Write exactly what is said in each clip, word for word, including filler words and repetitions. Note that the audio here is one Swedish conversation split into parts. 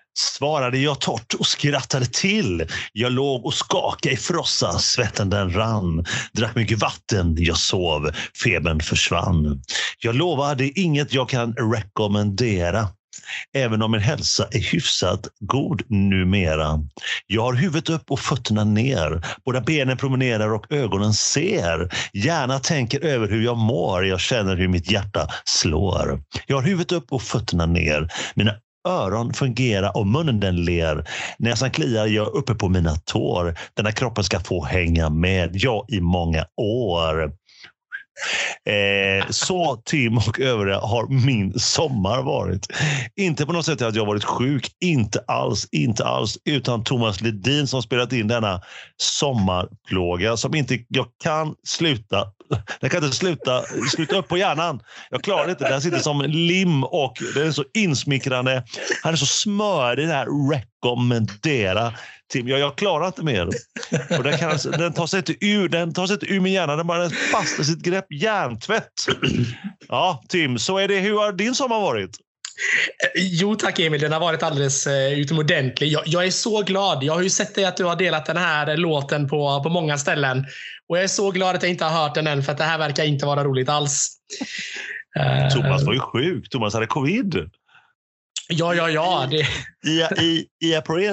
Svarade jag torrt och skrattade till. Jag låg och skakade i frossa, svetten den rann. Drack mycket vatten, jag sov, febern försvann. Jag lovade inget jag kan rekommendera. Även om min hälsa är hyfsat god numera. Jag har huvudet upp och fötterna ner. Båda benen promenerar och ögonen ser. Hjärna tänker över hur jag mår. Jag känner hur mitt hjärta slår. Jag har huvudet upp och fötterna ner. Mina öron fungerar och munnen den ler. Näsan kliar jag uppe på mina tår. Den här kroppen ska få hänga med. Jag i många år. Eh, så Tim och övriga har min sommar varit. Inte på något sätt att jag varit sjuk, inte alls, inte alls, utan Thomas Ledin som spelat in denna sommarplåga som inte jag kan sluta. Jag kan inte sluta sluta upp på hjärnan. Jag klarar inte. Den sitter som lim och det är så insmickrande. Han är så smörig, det här rekommendera. Tim, jag, jag klarar inte mer. Och den, kan, den tar sig inte ur, den tar sig inte ur min hjärna. Den bara fastnar sitt grepp. Hjärntvätt. Ja, Tim, så är det. Hur har din sommar varit? Jo tack Emil, den har varit alldeles uh, utomordentlig. Jag, jag är så glad. Jag har ju sett dig att du har delat den här låten på, på många ställen. Och jag är så glad att jag inte har hört den än, för att det här verkar inte vara roligt alls. Uh, Thomas var ju sjuk. Thomas hade covid. Ja, ja, ja. Det... I, i, i april.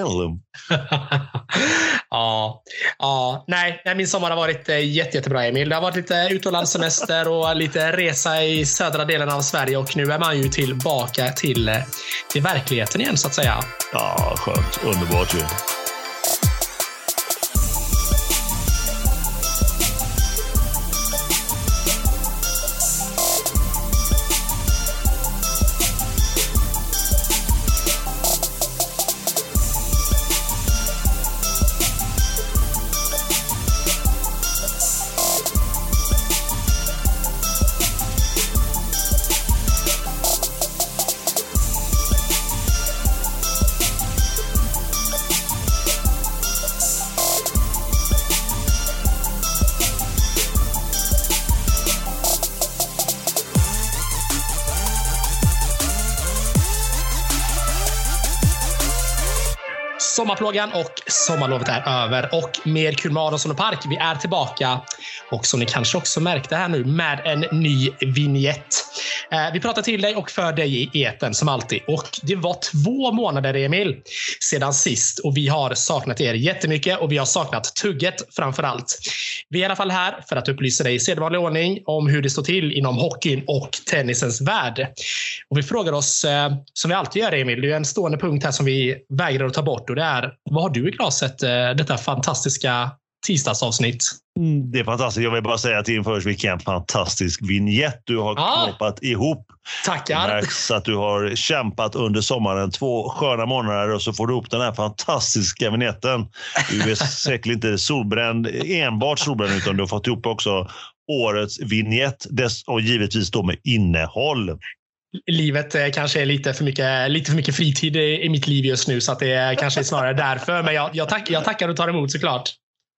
ja, ja. Nej, min sommar har varit jätte, jättebra Emil. Det har varit lite utomlandssemester och lite resa i södra delen av Sverige. Och nu är man ju tillbaka till, till verkligheten igen så att säga. Ja, skönt. Underbart ju. Sommarplågan och sommarlovet är över och mer kul med Adolfsson och Park. Vi är tillbaka och som ni kanske också märkte här nu med en ny vignett. Eh, vi pratar till dig och för dig i eten som alltid. Och det var två månader Emil sedan sist och vi har saknat er jättemycket och vi har saknat tugget framför allt. Vi är i alla fall här för att upplysa dig i sedvanlig ordning om hur det står till inom hockeyn och tennisens värld. Och vi frågar oss, eh, som vi alltid gör Emil, det är en stående punkt här som vi vägrar att ta bort och det är, vad har du i glaset eh, detta fantastiska tisdagsavsnitt? Mm, det är fantastiskt. Jag vill bara säga till inför vilken fantastisk vignett du har ah, knoppat ihop. Tackar. Det märks att du har kämpat under sommaren två sköna månader och så får du upp den här fantastiska vignetten. Du är säkert inte solbränd, enbart solbränd, utan du har fått ihop också årets vignett och givetvis då med innehåll. Livet kanske är lite för mycket, lite för mycket fritid i mitt liv just nu så att det är kanske snarare därför. Men jag, jag, tack, jag tackar och tar emot såklart.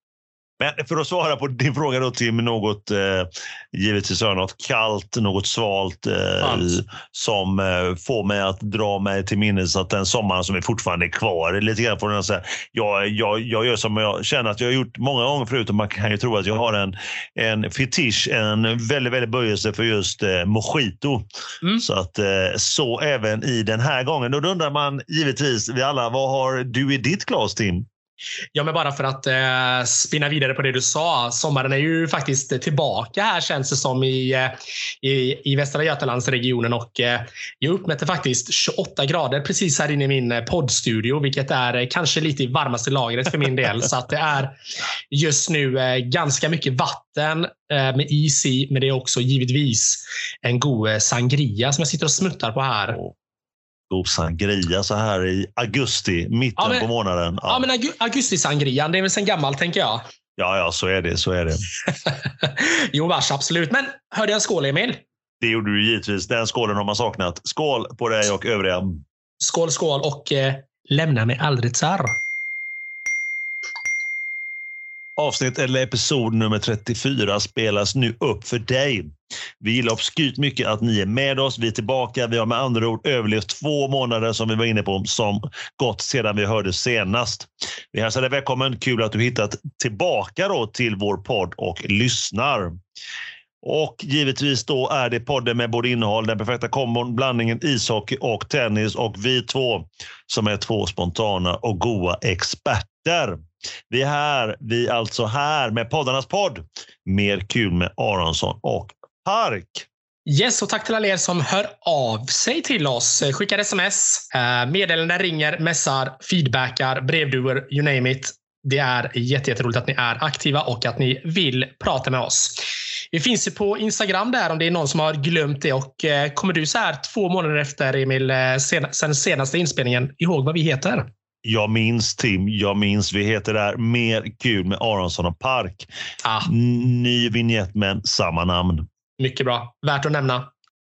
Men för att svara på din fråga då Tim, något eh, givetvis något kallt, något svalt eh, som eh, får mig att dra mig till minnes att den sommaren som är fortfarande är kvar. Lite grann får den säga, jag, jag, jag gör som jag känner att jag har gjort många gånger förut och man kan ju tro att jag har en, en fetisch, en väldigt, väldigt böjelse för just eh, mojito. Mm. Så att eh, så även i den här gången. Då undrar man givetvis, vi alla, vad har du i ditt glas Tim? Ja, men bara för att eh, spinna vidare på det du sa. Sommaren är ju faktiskt tillbaka här känns det som i, i, i Västra Götalandsregionen och eh, jag uppmätte faktiskt tjugoåtta grader precis här inne i min poddstudio, vilket är kanske lite i varmaste lagret för min del. Så att det är just nu eh, ganska mycket vatten eh, med is i, men det är också givetvis en god eh, sangria som jag sitter och smuttar på här. God sangria så här i augusti, mitten ja, men, på månaden. Ja, ja men augusti-sangrian, det är väl sen gammalt tänker jag. Ja, ja, så är det, så är det. Jo, vars, absolut. Men hörde jag en skål, Emil? Det gjorde du givetvis. Den skålen har man saknat. Skål på dig och övriga. Skål, skål och eh, lämna mig aldrig tsar. Avsnitt eller episod nummer trettiofyra spelas nu upp för dig. Vi gillar uppskyrt mycket att ni är med oss. Vi är tillbaka. Vi har med andra ord överlevt två månader som vi var inne på som gått sedan vi hörde senast. Vi hälsar dig välkommen. Kul att du hittat tillbaka då till vår podd och lyssnar. Och givetvis då är det podden med både innehåll, den perfekta kombon, blandningen ishockey och tennis och vi två som är två spontana och goa experter. Vi är här, vi är alltså här med poddarnas podd. Mer kul med Aronsson och Park. Yes, och tack till alla er som hör av sig till oss. Skickar sms, meddelanden, ringer, messar, feedbackar, brevduer, you name it. Det är jätteroligt att ni är aktiva och att ni vill prata med oss. Vi finns ju på Instagram där om det är någon som har glömt det. Och kommer du så här två månader efter, Emil, sen, sen senaste inspelningen, ihåg vad vi heter? Jag minns, Tim. Jag minns. Vi heter där Mer kul med Aronsson och Park. Ah. Ny vignett men samma namn. Mycket bra. Värt att nämna.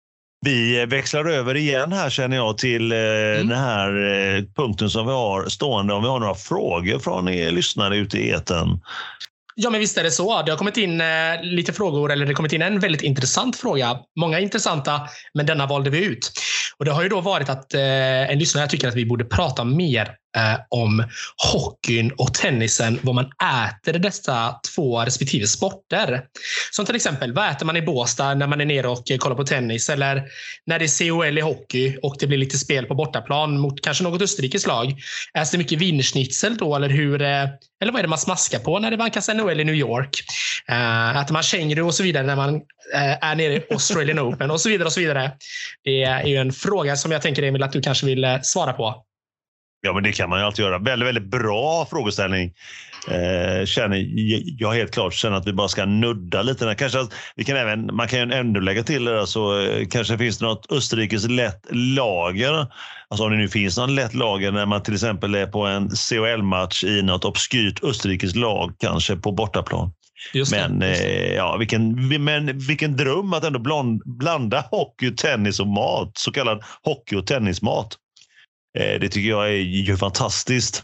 Vi växlar över igen här känner jag till eh, mm. den här eh, punkten som vi har stående. Om vi har några frågor från er lyssnare ute i etern. Ja, men visst är det så. Det har kommit in eh, lite frågor, eller det har kommit in en väldigt intressant fråga. Många intressanta, men denna valde vi ut. Och det har ju då varit att eh, en lyssnare tycker att vi borde prata mer eh, om hockeyn och tennisen, vad man äter i dessa två respektive sporter. Som till exempel, vad äter man i Båstad när man är nere och kollar på tennis, eller när det är C O L i hockey och det blir lite spel på bortaplan mot kanske något österrikiskt lag. Äter det mycket wienerschnitzel då, eller hur, eh, eller vad är det man smaskar på när det vankas N H L i New York? Uh, äter man känguru och så vidare när man uh, är nere i Australian Open och så vidare och så vidare. Det är ju en fråga som jag tänker, Emil, att du kanske vill uh, svara på. Ja, men det kan man ju alltid göra. Väldigt, väldigt bra frågeställning. Eh, känner jag helt klart känner att vi bara ska nudda lite. Där. Kanske att vi kan även, man kan ju ändå lägga till det där, så eh, kanske finns det något österrikiskt lätt lager. Alltså om det nu finns någon lätt lager när man till exempel är på en C O L-match i något obskyrt österrikiskt lag, kanske på bortaplan. Just det, men just det. Eh, ja, vilken, men vilken dröm att ändå bland, blanda hockey, tennis och mat. Så kallad hockey- och tennismat. Eh, det tycker jag är ju fantastiskt.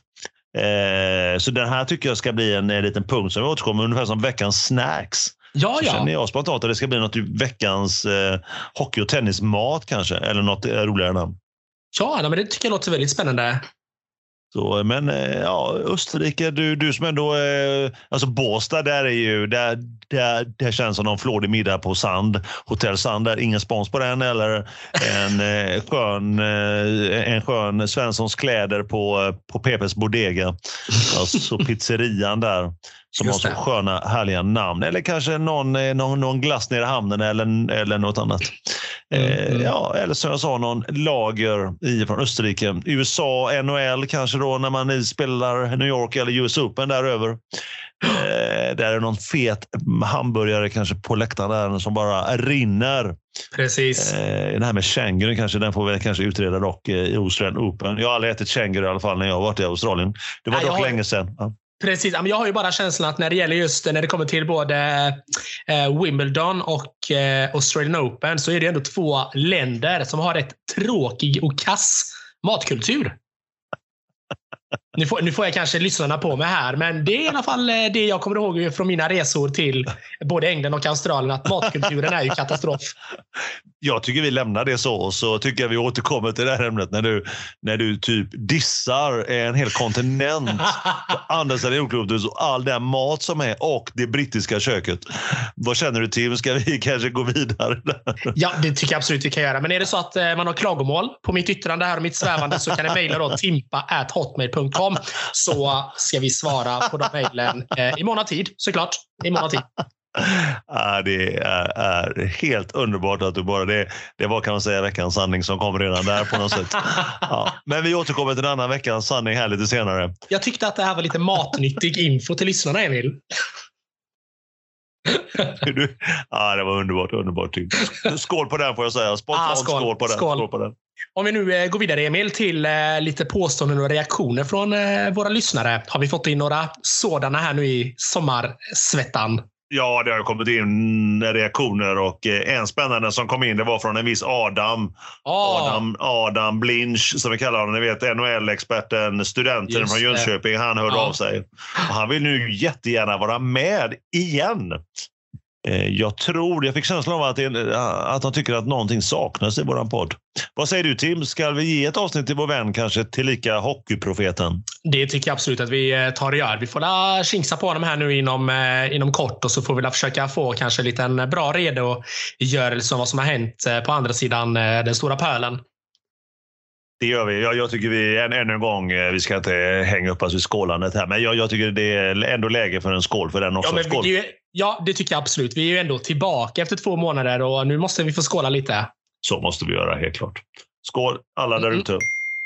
Eh, så den här tycker jag ska bli en, en liten punkt som vi återkommer ungefär som veckans snacks. Ja, så ja. känner jag spontant att det ska bli något typ veckans eh, hockey- och tennismat kanske. Eller något roligare namn. Ja, men det tycker jag låter väldigt spännande. Så, men ja, Österrike, du, du som ändå, eh, alltså Båstad, där är ju, där, där, där känns som någon flådig middag på Sand, Hotell Sand, där ingen spons på den, eller en eh, skön, eh, en skön Svenssons kläder på, på P P:s Bodega, alltså pizzerian där. Som har så sköna, härliga namn. Eller kanske någon, någon, någon glass nere i hamnen eller, eller något annat. Mm, eh, mm. Ja, eller som jag sa, någon lager i, från Österrike. U S A, N H L kanske då när man spelar New York eller U S Open däröver. Eh, där är någon fet hamburgare kanske på läktaren där som bara rinner. Precis. Eh, det här med känguru kanske, den får vi kanske utreda dock i Australian Open. Jag har aldrig ätit känguru i alla fall när jag har varit i Australien. Det var Nej, dock har... länge sedan. Ja. Precis, jag har ju bara känslan att när det gäller just när det kommer till både eh, Wimbledon och eh, Australian Open, så är det ändå två länder som har ett tråkig och kass matkultur. Nu får, nu får jag kanske lyssnarna på mig här, men det är i alla fall det jag kommer ihåg från mina resor till både England och Australien, att matkulturen är ju katastrof. Jag tycker vi lämnar det så, och så tycker jag vi återkommer till det här ämnet när du, när du typ dissar en hel kontinent på andra sidan jordklotet och all den mat som är och det brittiska köket. Vad känner du, Tim? Ska vi kanske gå vidare där? Ja, det tycker jag absolut vi kan göra. Men är det så att man har klagomål på mitt yttrande här och mitt svävande, så kan ni mejla då timpa at hotmail punkt com, så ska vi svara på de mejlen eh, i månadstid, såklart. I månadstid. Ja, det är, är helt underbart att du bara det, det var, kan man säga, veckans sanning som kom redan där på något sätt. Ja, men vi återkommer till en annan veckans sanning här lite senare. Jag tyckte att det här var lite matnyttig info till lyssnarna, Emil. Du, ja, det var underbart, underbart. Skål på den får jag säga. Spontant ah, skål. skål på den. Skål. Skål på den. Om vi nu eh, går vidare, Emil, till eh, lite påståenden och reaktioner från eh, våra lyssnare. Har vi fått in några sådana här nu i sommarsvettan? Ja, det har kommit in reaktioner och en spännande som kom in, det var från en viss Adam. Oh. Adam, Adam Blinch som vi kallar honom, ni vet, N H L-experten, studenten Just från Jönköping. Det. Han hörde oh. av sig. Och han vill nu jättegärna vara med igen. Jag tror, jag fick känslan av att, det, att de tycker att någonting saknas i våran podd. Vad säger du, Tim? Ska vi ge ett avsnitt till vår vän kanske, tillika hockeyprofeten? Det tycker jag absolut att vi tar och gör. Vi får la chinksa på honom här nu inom, inom kort och så får vi la försöka få kanske en liten bra redogörelse om vad som har hänt på andra sidan den stora pölen. Det gör vi. Jag, jag tycker vi än, ännu en gång, vi ska inte hänga upp oss vid skålandet här, men jag, jag tycker det är ändå läge för en skål för den också. Ja, men skål. Det, ja, det tycker jag absolut. Vi är ju ändå tillbaka efter två månader och nu måste vi få skåla lite. Så måste vi göra, helt klart. Skål alla där ute. Mm.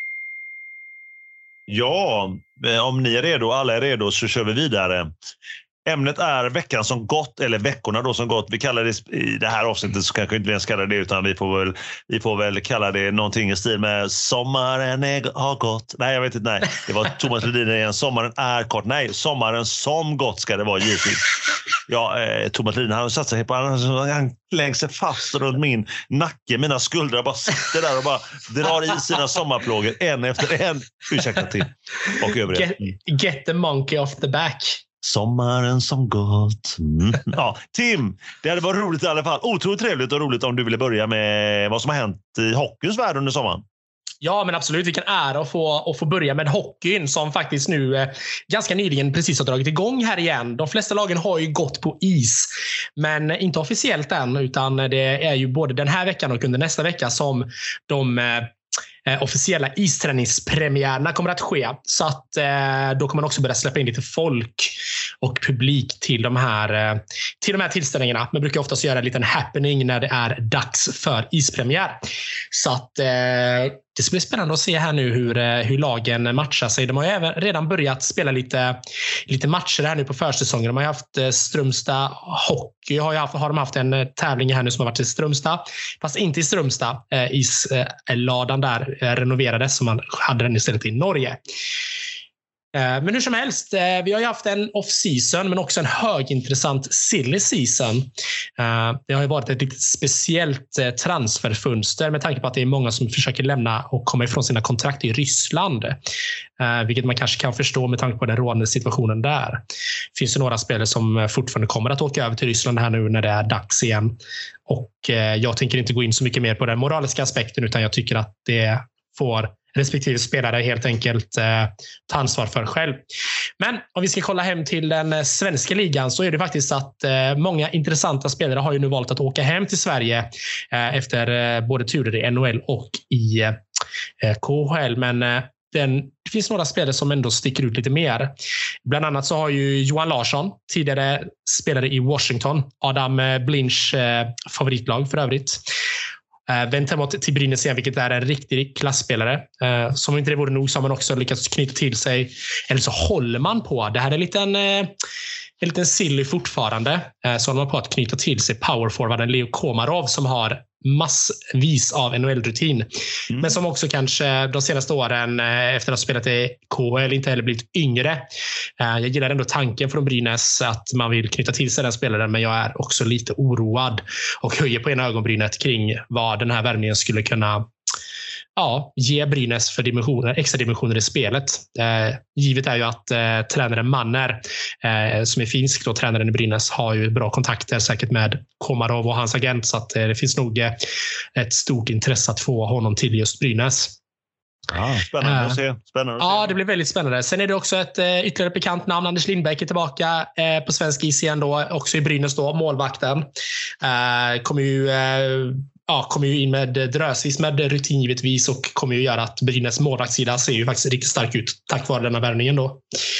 Ja, om ni är redo, alla är redo, så kör vi vidare. Ämnet är veckan som gått, eller veckorna då som gått. Vi kallar det i det här avsnittet, så kanske inte vi ens kallar det, utan vi får väl, vi får väl kalla det någonting i stil med sommaren är, har gått. Nej, jag vet inte, nej. Det var Thomas Ledin igen. Sommaren är kort. Nej, sommaren som gått ska det vara givetvis. Ja, eh, Thomas Ledin, han satt sig på, han, han lägger sig fast runt min nacke. Mina skuldrar bara sitter där och bara drar i sina sommarplågor en efter en. Ursäkta till. Och övriga. Get, get the monkey off the back. Sommaren som gått. Mm. Ja, Tim, det hade varit roligt i alla fall. Otroligt trevligt och roligt om du ville börja med vad som har hänt i hockeyns värld under sommaren. Ja, men absolut. Vilken ära att få, att få börja med hockeyn som faktiskt nu eh, ganska nyligen precis har dragit igång här igen. De flesta lagen har ju gått på is, men inte officiellt än, utan det är ju både den här veckan och under nästa vecka som de eh, Eh, officiella isträningspremiärerna kommer att ske. Så att eh, då kommer man också börja släppa in lite folk och publik till de här, eh, till de här tillställningarna. Man brukar oftast göra en liten happening när det är dags för ispremiär. Så att eh, det ska bli spännande att se här nu hur, hur lagen matchar sig. De har ju även redan börjat spela lite, lite matcher här nu på försäsongen. De har ju haft Strömstad Hockey. Har, ju haft, har de haft en tävling här nu som har varit i Strömstad. Fast inte i Strömstad. Eh, isladan där eh, renoverades, som man hade den istället i Norge. Men hur som helst, vi har ju haft en off-season men också en högintressant silly season. Det har ju varit ett lite speciellt transferfönster med tanke på att det är många som försöker lämna och komma ifrån sina kontrakt i Ryssland. Vilket man kanske kan förstå med tanke på den rådande situationen där. Det finns ju några spelare som fortfarande kommer att åka över till Ryssland här nu när det är dags igen. Och jag tänker inte gå in så mycket mer på den moraliska aspekten, utan jag tycker att det får respektive spelare helt enkelt eh, ta ansvar för själv. Men om vi ska kolla hem till den svenska ligan, så är det faktiskt att eh, många intressanta spelare har ju nu valt att åka hem till Sverige eh, efter eh, både turer i N H L och i eh, K H L. Men eh, den, det finns några spelare som ändå sticker ut lite mer. Bland annat så har ju Johan Larsson, tidigare spelare i Washington, Adam Blinch eh, favoritlag för övrigt, Uh, vänt hemåt till Brynäs igen, vilket är en riktig klassspelare. Uh, som inte det vore nog, så har man också lyckats knyta till sig, eller så håller man på. Det här är en liten, uh, en liten silly fortfarande. Uh, så håller man på att knyta till sig powerforwarden Leo Komarov, som har massvis av N H L-rutin. Mm. Men som också kanske de senaste åren efter att ha spelat i K H L inte heller blivit yngre. Jag gillar ändå tanken från Brynäs att man vill knyta till sig den spelaren, men jag är också lite oroad och höjer på ena ögonbrynet kring vad den här värvningen skulle kunna ja, ge Brynäs för dimensioner, extra dimensioner i spelet. Eh, givet är ju att eh, tränaren Manner, eh, som är finsk då, tränaren i Brynäs, har ju bra kontakter säkert med Komarov och hans agent, så att eh, det finns nog eh, ett stort intresse att få honom till just Brynäs. Ah, spännande att se. Spännande att ja, se. det blir väldigt spännande. Sen är det också ett eh, ytterligare bekant namn. Anders Lindbäck är tillbaka eh, på svensk is igen då, också i Brynäs då, målvakten. Eh, kommer ju eh, Ja, kommer ju in med drösvis med rutin givetvis, och kommer ju göra att Brynäs målvaktssida ser ju faktiskt riktigt stark ut tack vare denna värvningen då.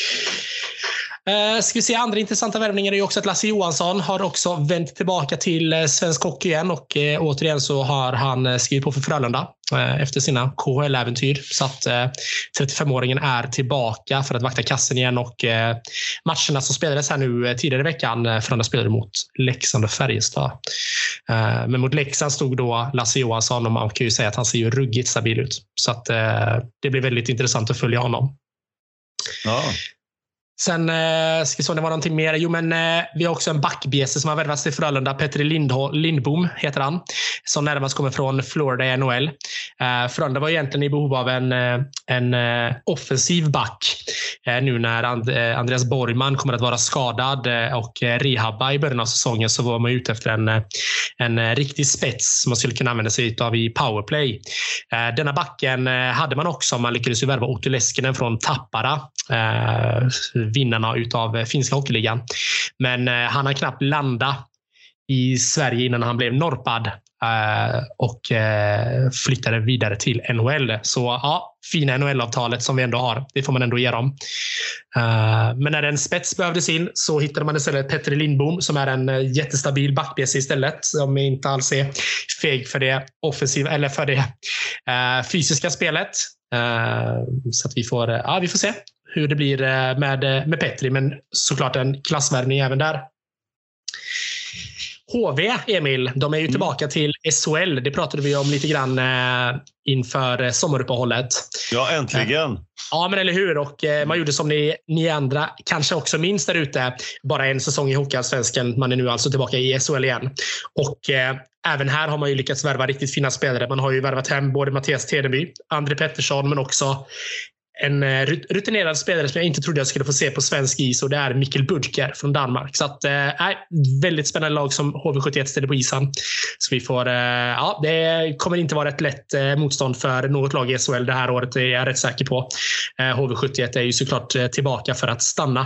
Uh, ska vi se, andra intressanta värvningar är ju också att Lasse Johansson har också vänt tillbaka till uh, svensk hockey igen, och uh, återigen så har han uh, skrivit på för Frölunda uh, efter sina K H L-äventyr, så att uh, trettiofem-åringen är tillbaka för att vakta kassen igen, och uh, matcherna som spelades här nu uh, tidigare i veckan, uh, Frölunda spelade mot Leksand och Färjestad. Uh, men mot Leksand stod då Lasse Johansson, och man kan ju säga att han ser ju ruggigt stabil ut, så att uh, det blir väldigt intressant att följa honom. Ja. Sen eh, ska vi se om det var någonting mer. Jo, men eh, vi har också en backbjässe som har värvats till Frölunda. Petri Lindho- Lindbom heter han. Som närmast kommer från Florida i N H L. Eh, Frölunda var egentligen i behov av en, eh, en eh, offensiv back. Eh, nu när And- eh, Andreas Borgman kommer att vara skadad eh, och eh, rehabba i början av säsongen, så var man ute efter en, eh, en eh, riktig spets som man skulle kunna använda sig av i powerplay. Eh, denna backen eh, hade man också. Man lyckades ju värva Otto Leskinen från Tappara. Eh, vinnarna utav finska hockeyligan. Men eh, han har knappt landat i Sverige innan han blev norpad eh, och eh, flyttade vidare till N H L. Så ja, fina N H L-avtalet som vi ändå har. Det får man ändå ge dem. Eh, men när en spets behövdes in så hittade man istället Petri Lindbom som är en eh, jättestabil backbjässe istället. Som inte alls är feg för det offensiva eller för det eh, fysiska spelet. Eh, så att vi får, ja, vi får se hur det blir med, med Petri, men såklart en klassvärvning även där. H V, Emil, de är ju tillbaka mm. till S H L. Det pratade vi om lite grann eh, inför sommaruppehållet. Ja, äntligen. Eh, ja, men eller hur? Och eh, man gjorde som ni, ni andra kanske också minns där ute. Bara en säsong i Hockeyallsvenskan. Man är nu alltså tillbaka i S H L igen. Och eh, även här har man ju lyckats värva riktigt fina spelare. Man har ju värvat hem både Mattias Tedeby, André Pettersson, men också en rutinerad spelare som jag inte trodde jag skulle få se på svensk is, och det är Mikkel Budker från Danmark. Så att, eh, väldigt spännande lag som H V sjuttioett ställer på isen. Så vi får, eh, ja, det kommer inte vara ett lätt eh, motstånd för något lag i S H L det här året, det är jag rätt säker på. Eh, H V sjuttioett är ju såklart eh, tillbaka för att stanna.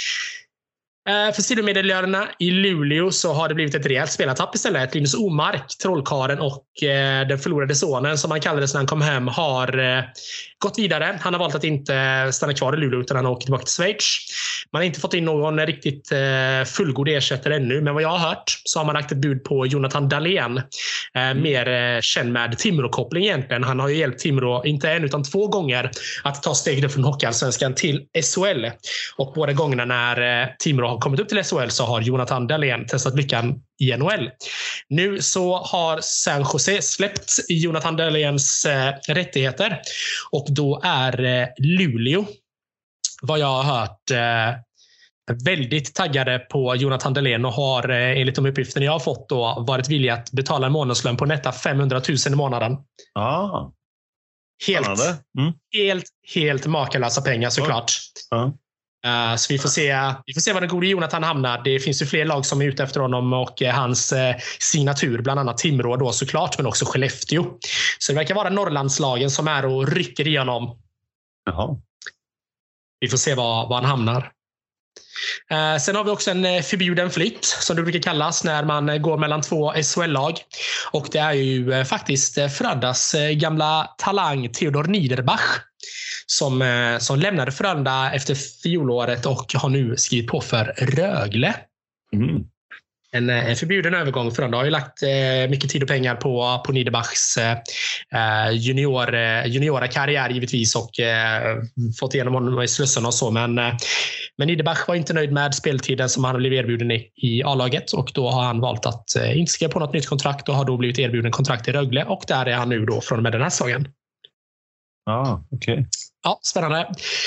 För sidomedaljörerna i Luleå så har det blivit ett rejält spelartapp istället. Linus Omark, trollkaren och eh, den förlorade sonen som han kallades när han kom hem har eh, gått vidare. Han har valt att inte stanna kvar i Luleå utan han har åkt tillbaka till Schweiz. Man har inte fått in någon riktigt eh, fullgod ersättare ännu, men vad jag har hört så har man lagt ett bud på Jonathan Dahlén. Eh, mm. Mer eh, känd med Timrå-koppling egentligen. Han har ju hjälpt Timrå, inte en utan två gånger, att ta steget från Hockeyallsvenskan till S H L. Och båda gångerna när eh, Timrå har kommit upp till S H L så har Jonathan Dahlén testat lyckan i N H L. Nu så har San Jose släppt Jonathan Dahléns eh, rättigheter och då är eh, Luleå, vad jag har hört, eh, väldigt taggade på Jonathan Dahlén och har eh, enligt de uppgifterna jag har fått då varit villiga att betala en månadslön på netta femhundratusen i månaden. Ah. Helt, mm. helt, helt makalösa pengar såklart. Ah. Uh, så vi får se vi får se var den gode Jonathan hamnar. Det finns ju fler lag som är ute efter honom och uh, hans uh, signatur, bland annat Timrå då såklart, men också Skellefteå. Så det verkar vara Norrlandslagen som är och rycker i honom. Jaha. Vi får se var, var han hamnar. Uh, sen har vi också en uh, förbjuden flytt som det brukar kallas när man uh, går mellan två S H L-lag. Och det är ju uh, faktiskt uh, Frölundas uh, gamla talang Theodor Niederbach som, uh, som lämnade Frölunda efter fjolåret och har nu skrivit på för Rögle. Mm. En, en förbjuden övergång. Frölunda har ju lagt eh, mycket tid och pengar på, på Niederbachs eh, junior, juniora karriär givetvis och eh, fått igenom honom i slussarna och så. Men, eh, men Niederbach var inte nöjd med speltiden som han hade blivit erbjuden i, i A-laget och då har han valt att eh, inte skriva på något nytt kontrakt och har då blivit erbjuden kontrakt i Rögle och där är han nu då från och med den här säsongen. Ah, okej. Okay. Ja, spännande.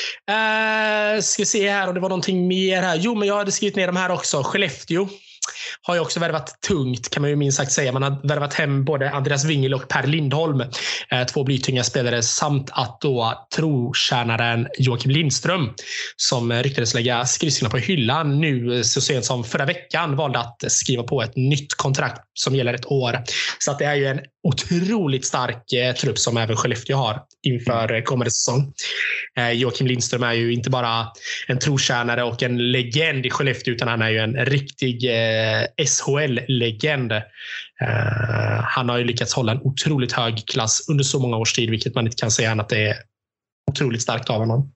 Eh, ska se här om det var någonting mer här. Jo, men jag hade skrivit ner de här också. Skellefteå har ju också värvat tungt kan man ju minst sagt säga. Man har värvat hem både Andreas Wingel och Per Lindholm. Eh, två blytunga spelare samt att då trotjänaren Joakim Lindström som ryktades lägga skridskorna på hyllan nu så sent som förra veckan valde att skriva på ett nytt kontrakt som gäller ett år. Så att det är ju en otroligt stark eh, trupp som även Skellefteå har inför eh, kommande säsong. Eh, Joakim Lindström är ju inte bara en trotjänare och en legend i Skellefteå utan han är ju en riktig eh, S H L-legend. Uh, han har ju lyckats hålla en otroligt hög klass under så många års tid, vilket man inte kan säga annat det är otroligt starkt av honom.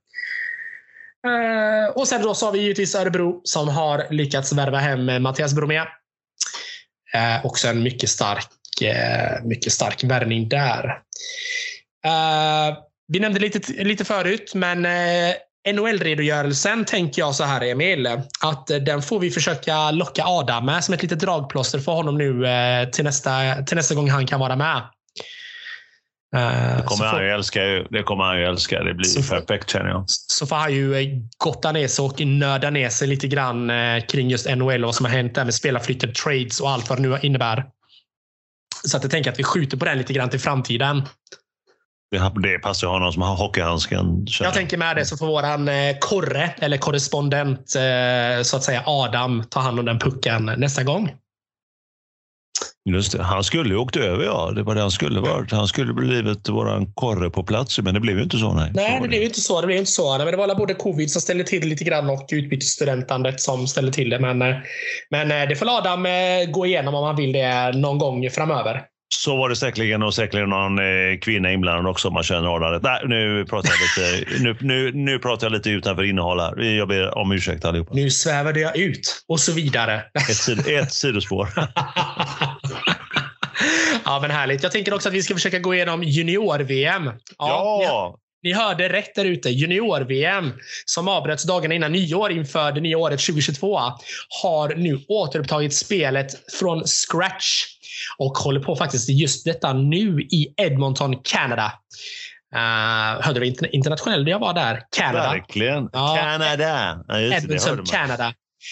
Uh, och sen då så har vi givetvis Örebro som har lyckats värva hem Mattias Bromé. Uh, också en mycket stark, uh, mycket stark värvning där. Uh, vi nämnde lite, lite förut, men uh, N H L-redogörelsen tänker jag så här, Emil, att den får vi försöka locka Adam med som ett litet dragplåster för honom nu eh, till nästa, till nästa gång han kan vara med. Det kommer han ju älska. Det kommer han ju älska. Det blir så perfekt, känner jag. Så får han ju gotta ner sig och nörda ner sig lite grann kring just N H L och vad som har hänt där med spelarflyttar, trades och allt vad det nu innebär. Så att jag tänker att vi skjuter på den lite grann till framtiden. Det passar honom som har hockeyhandsken. Jag tänker med det, så får våran korre eller korrespondent så att säga Adam ta hand om den pucken nästa gång. Just det. Han skulle ju åkt över, ja. Det var det han skulle varit. Han skulle blivit våran korre på plats, men det blev ju inte så. Nej, nej så det blev ju inte så. Det blev inte så. Men det var både covid som ställde till det lite grann och utbytesstudentandet som ställde till det. Men, men det får Adam gå igenom om han vill det någon gång framöver. Så var det säkerligen, och säkerligen någon eh, kvinna inblandad också om man känner Adam. Nej, nu pratar jag lite, nu, nu, nu pratar jag lite utanför innehåll här. Jag ber om ursäkt allihopa. Nu svävade jag ut och så vidare. Ett, sid, ett sidospår. Ja, men härligt. Jag tänker också att vi ska försöka gå igenom junior-V M. Ja! ja. Ni, ni hörde rätt där ute. Junior-V M som avbröts dagarna innan nyår inför det nya året tjugohundratjugotvå har nu återupptagit spelet från scratch och håller på faktiskt just detta nu i Edmonton, Kanada. Uh, hörde du inter- internationellt jag var där? Kanada. Verkligen. Ja, Kanada. Ja, Edmonton, Kanada.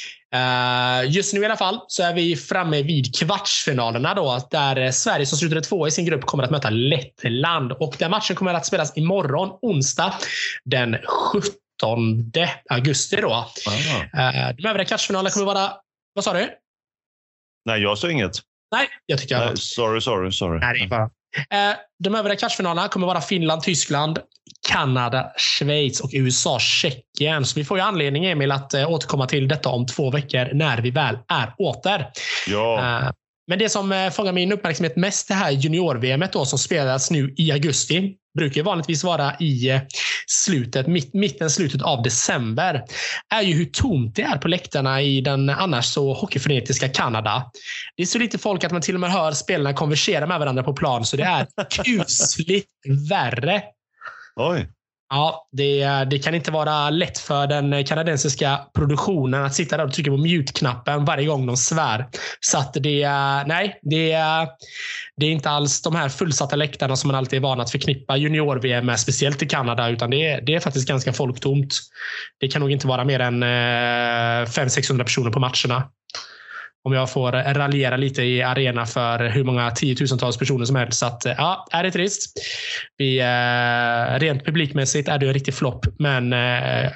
Uh, just nu i alla fall så är vi framme vid kvartsfinalerna då, där Sverige som slutade två i sin grupp kommer att möta Lettland, och den matchen kommer att spelas imorgon onsdag den sjuttonde augusti då. Uh, de övriga kvartsfinalerna kommer vara, vad sa du? Nej, jag sa inget. Nej, jag tycker jag Nej, sorry, sorry, sorry. Nej, det är bara. Uh, de övriga kvartsfinalerna kommer vara Finland, Tyskland, Kanada, Schweiz och U S A, Tjeckien. Så vi får ju anledning, Emil, att uh, återkomma till detta om två veckor när vi väl är åter. Ja. Uh, men det som uh, fångar min uppmärksamhet mest, det här junior-V M då som spelas nu i augusti, brukar vanligtvis vara i uh, slutet, mitt, mitten, slutet av december, är ju hur tomt det är på läktarna i den annars så hockeyfrenetiska Kanada. Det är så lite folk att man till och med hör spelarna konversera med varandra på plan, så det är kusligt värre. Oj. Ja, det, det kan inte vara lätt för den kanadensiska produktionen att sitta där och trycka på mute-knappen varje gång de svär. Så att det, nej, det, det är inte alls de här fullsatta läktarna som man alltid är van att förknippa junior-V M med, speciellt i Kanada, utan det är, det är faktiskt ganska folktomt. Det kan nog inte vara mer än fem hundra till sexhundra personer på matcherna. Om jag får raljera lite i arena för hur många tiotusentals personer som helst. Så att, ja, är det trist. Vi, eh, rent publikmässigt är det en riktig flopp. Men eh,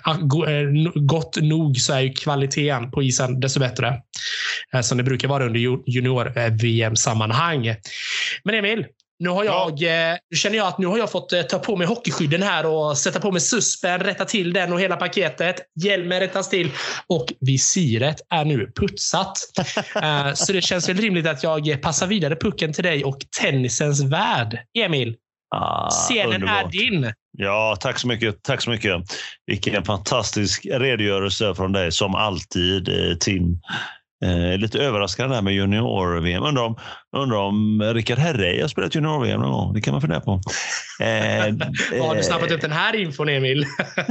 gott nog så är ju kvaliteten på isen desto bättre. Eh, som det brukar vara under junior-V M-sammanhang. Men Emil, nu har jag, ja. Nu känner jag att nu har jag fått ta på mig hockeyskydden här och sätta på mig suspen, rätta till den och hela paketet. Hjälmen rättas till och visiret är nu putsat. uh, så det känns väl rimligt att jag passar vidare pucken till dig och tennisens värld. Emil, ah, scenen underbart. Är din. Ja, tack så mycket. Tack så mycket. Vilken fantastisk redogörelse från dig som alltid, Tim. Eh, lite överraskande där med junior-V M. Undrar om, undrar om Rickard Herrey har spelat junior-V M någon gång. Det kan man fundera på. Eh, har du snappat upp den här infon, Emil?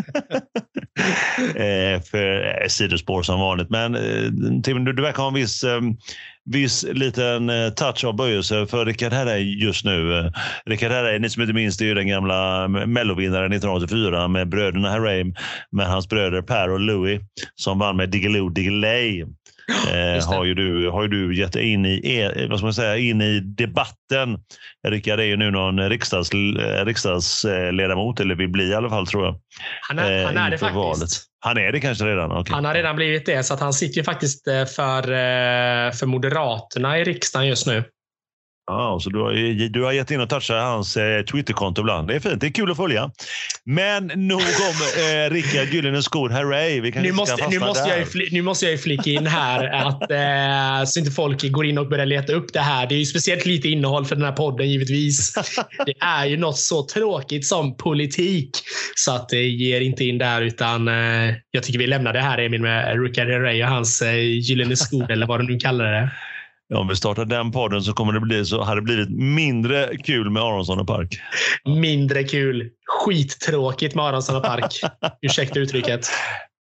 eh, för eh, sidospår som vanligt. Men eh, Tim, du, du verkar ha en viss, eh, viss liten eh, touch av böjelse för Rickard Herrey just nu. Eh, Rickard Herrey, ni som inte minst, är ju den gamla mellovinnaren nittonhundraåttiofyra med bröderna Herrey, med hans bröder Per och Louis som vann med Diggiloo Diggiley. Eh, har ju du har ju du gett in i vad ska man säga in i debatten. Rickard är ju nu någon riksdags, riksdagsledamot, eller vill bli i alla fall, tror jag. Han är, eh, han är det faktiskt. Valet. Han är det kanske redan. Okay. Han har redan blivit det, så att han sitter ju faktiskt för för Moderaterna i riksdagen just nu. Ja, så du har, du har gett in och touchat hans eh, Twitterkonto ibland. Det är fint, det är kul att följa. Men nog om eh, Rickard Gyllene Skor Herrey. Vi kan nu, måste, nu, måste jag ju, nu måste jag ju flika in här att eh, så inte folk går in och börjar leta upp det här. Det är ju speciellt lite innehåll för den här podden, givetvis. Det är ju något så tråkigt som politik, så att det ger inte in där, utan eh, jag tycker vi lämnar det här, Emil, med Rickard Herrey och hans eh, Gyllene Skor, eller vad du nu kallar det. Ja, om vi startar den podden så kommer det bli så hade det blivit mindre kul med Aronsson och Park. Mindre kul. Skittråkigt med Aronsson och Park. Ursäkta uttrycket.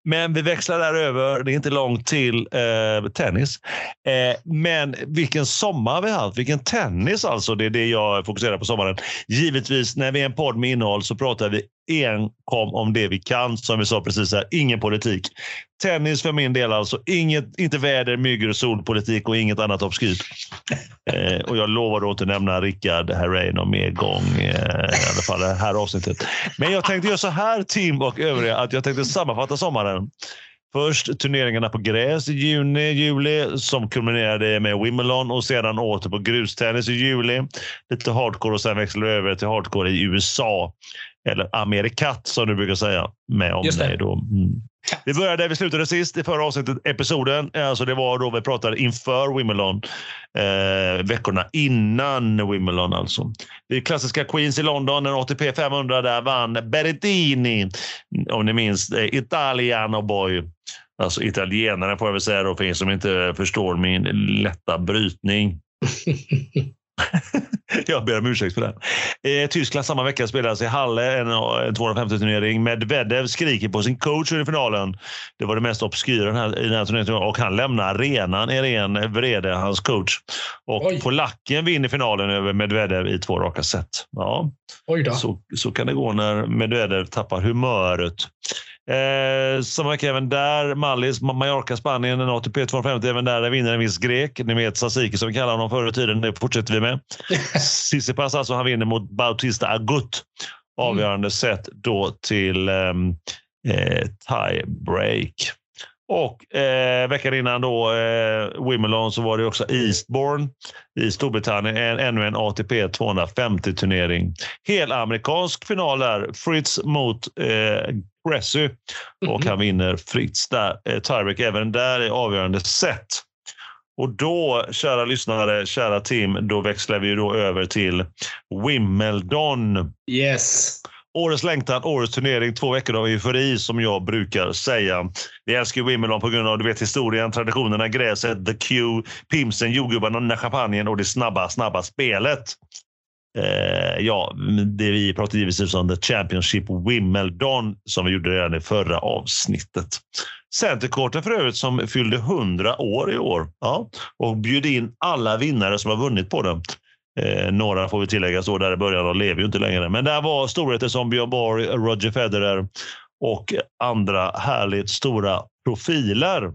Men vi växlar där över, det är inte långt till eh, tennis. Eh, men vilken sommar vi har haft, vilken tennis alltså, det är det jag fokuserar på sommaren. Givetvis när vi är en podd med innehåll så pratar vi enkom om det vi kan, som vi sa precis här, ingen politik. Tennis för min del alltså, inget, inte väder, mygg och solpolitik och inget annat obskyrt. Eh, och jag lovar då att nämna Rickard Herrey någon mer gång, eh, i alla fall det här avsnittet. Men jag tänkte göra så här, Tim och övriga, att jag tänkte sammanfatta sommaren. Först turneringarna på gräs i juni, juli som kulminerade med Wimbledon och sedan åter på grustennis i juli. Lite hardcore och sen växlade över till hardcore i U S A. Eller Amerikat som du brukar säga med om dig då. Mm. Vi började där vi slutade sist i förra avsnittet, episoden. Alltså det var då vi pratade inför Wimbledon. Eh, veckorna innan Wimbledon alltså. Det klassiska Queens i London, en A T P femhundra där vann Berrettini. Om ni minns, eh, Italiano boy. Alltså italienare får jag väl säga då, för er som inte förstår min lätta brytning. Jag ber om ursäkt för det. Eh, Tyskland samma vecka spelas i Halle en, en tvåhundrafemtio-turnering. Medvedev skriker på sin coach i finalen. Det var det mest obskyra den här, i den här turneringen. Och han lämnar arenan i ren vrede, hans coach. Och Oj. Polacken vinner finalen över Medvedev i två raka set. Ja. Oj då. Så, så kan det gå när Medvedev tappar humöret. Eh, samma vecka även där Mallis, Mallorca, Spanien, en A T P tvåhundrafemtio, även där vinner en viss grek, ni vet Sasiki som vi kallar honom förr i tiden, det fortsätter vi med. Tsitsipas alltså, han vinner mot Bautista Agut, avgörande mm. set då till um, eh, tie break. Och eh, veckan innan då eh, Wimbledon så var det också Eastbourne i Storbritannien, en, ännu en A T P tvåhundrafemtio-turnering. Helamerikansk final där, Fritz mot eh, Cressy, och mm-hmm. han vinner Fritz där. Eh, tiebreak även där är avgörande set. Och då, kära lyssnare, kära Tim, då växlar vi ju då över till Wimbledon. Yes. Årets längtan, årets turnering, två veckor av eufori som jag brukar säga. Vi älskar Wimbledon på grund av, du vet, historien, traditionerna, gräset, the cue, pimsen, jordgubbarna, champagnen och det snabba, snabba spelet. Eh, ja, det vi pratade givetvis om The Championship Wimbledon som vi gjorde redan i förra avsnittet. Centerkorten för övrigt som fyllde hundra år i år. Ja, och bjöd in alla vinnare som har vunnit på den. Eh, några får vi tillägga så där i början och lever ju inte längre. Men där var storheter som Björn Borg, Roger Federer och andra härligt stora profiler.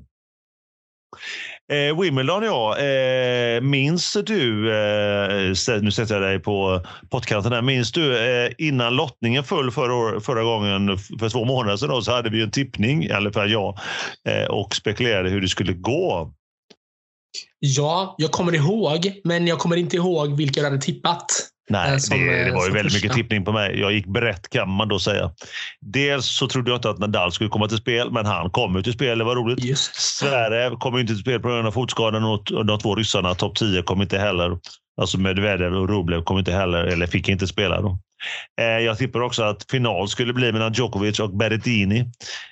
Eh, Wimbledon, ja. Eh, minns du, eh, nu sätter jag dig på podcasten här, minns du eh, innan lottningen föll förra, förra gången för två månader sedan då, så hade vi en tippning, i alla fall jag, eh, och spekulerade hur det skulle gå. Ja, jag kommer ihåg, men jag kommer inte ihåg vilka jag hade tippat. Nej, som, det, det var ju väldigt första. mycket tippning på mig. Jag gick brett, kan man då säga. Dels så trodde jag inte att Nadal skulle komma till spel, men han kom ju till spel, det var roligt. Just. Sverige kom ju inte till spel på grund av fotskadan och de två ryssarna, topp tio, kom inte heller. Alltså Medvedev och Rublev kom inte heller, eller fick inte spela då. Eh, jag tippar också att final skulle bli mellan Djokovic och Berrettini.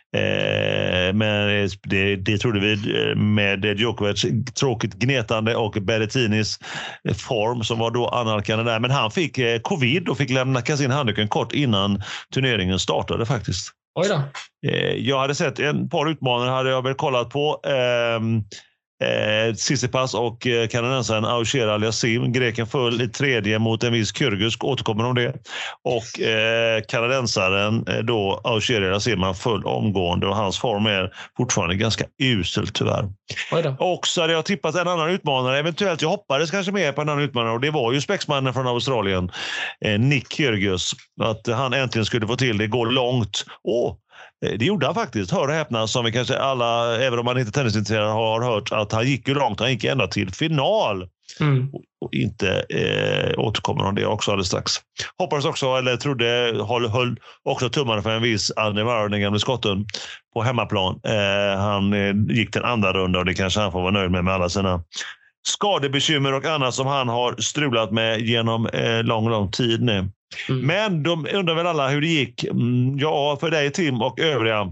Eh, men det, det trodde vi med Djokovic tråkigt gnetande och Berrettinis form som var då analkande där. Men han fick eh, covid och fick lämna sin handduken kort innan turneringen startade faktiskt. Oj då. Eh, jag hade sett en par utmanare, hade jag väl kollat på. Eh, Eh, Tsitsipas och eh, kanadensaren Auger Aliassime. Greken föll i tredje mot en viss Kyrgios, återkommer om det. Och eh, kanadensaren eh, då Auger Aliassime, han föll omgående och hans form är fortfarande ganska usel tyvärr. Och så hade jag tippat en annan utmanare, eventuellt jag hoppades kanske mer på en annan utmanare, och det var ju spexmannen från Australien, eh, Nick Kyrgios, att han äntligen skulle få till det, gå långt. Åh, det gjorde han faktiskt. Hör och häpna, som vi kanske alla, även om man inte är tennisintresserad, har hört, att han gick ju långt. Han gick ända till final. Mm. Och, och inte eh, återkommer om det också alldeles strax. Hoppades också, eller trodde, höll, höll också tummarna för en viss Andy Murray, den gamla skotten, på hemmaplan. Eh, han eh, gick den andra runda och det kanske han får vara nöjd med med alla sina skadebekymmer och annat som han har strulat med genom eh, lång, lång tid nu. Mm. Men de undrar väl alla hur det gick. Ja, för dig Tim och övriga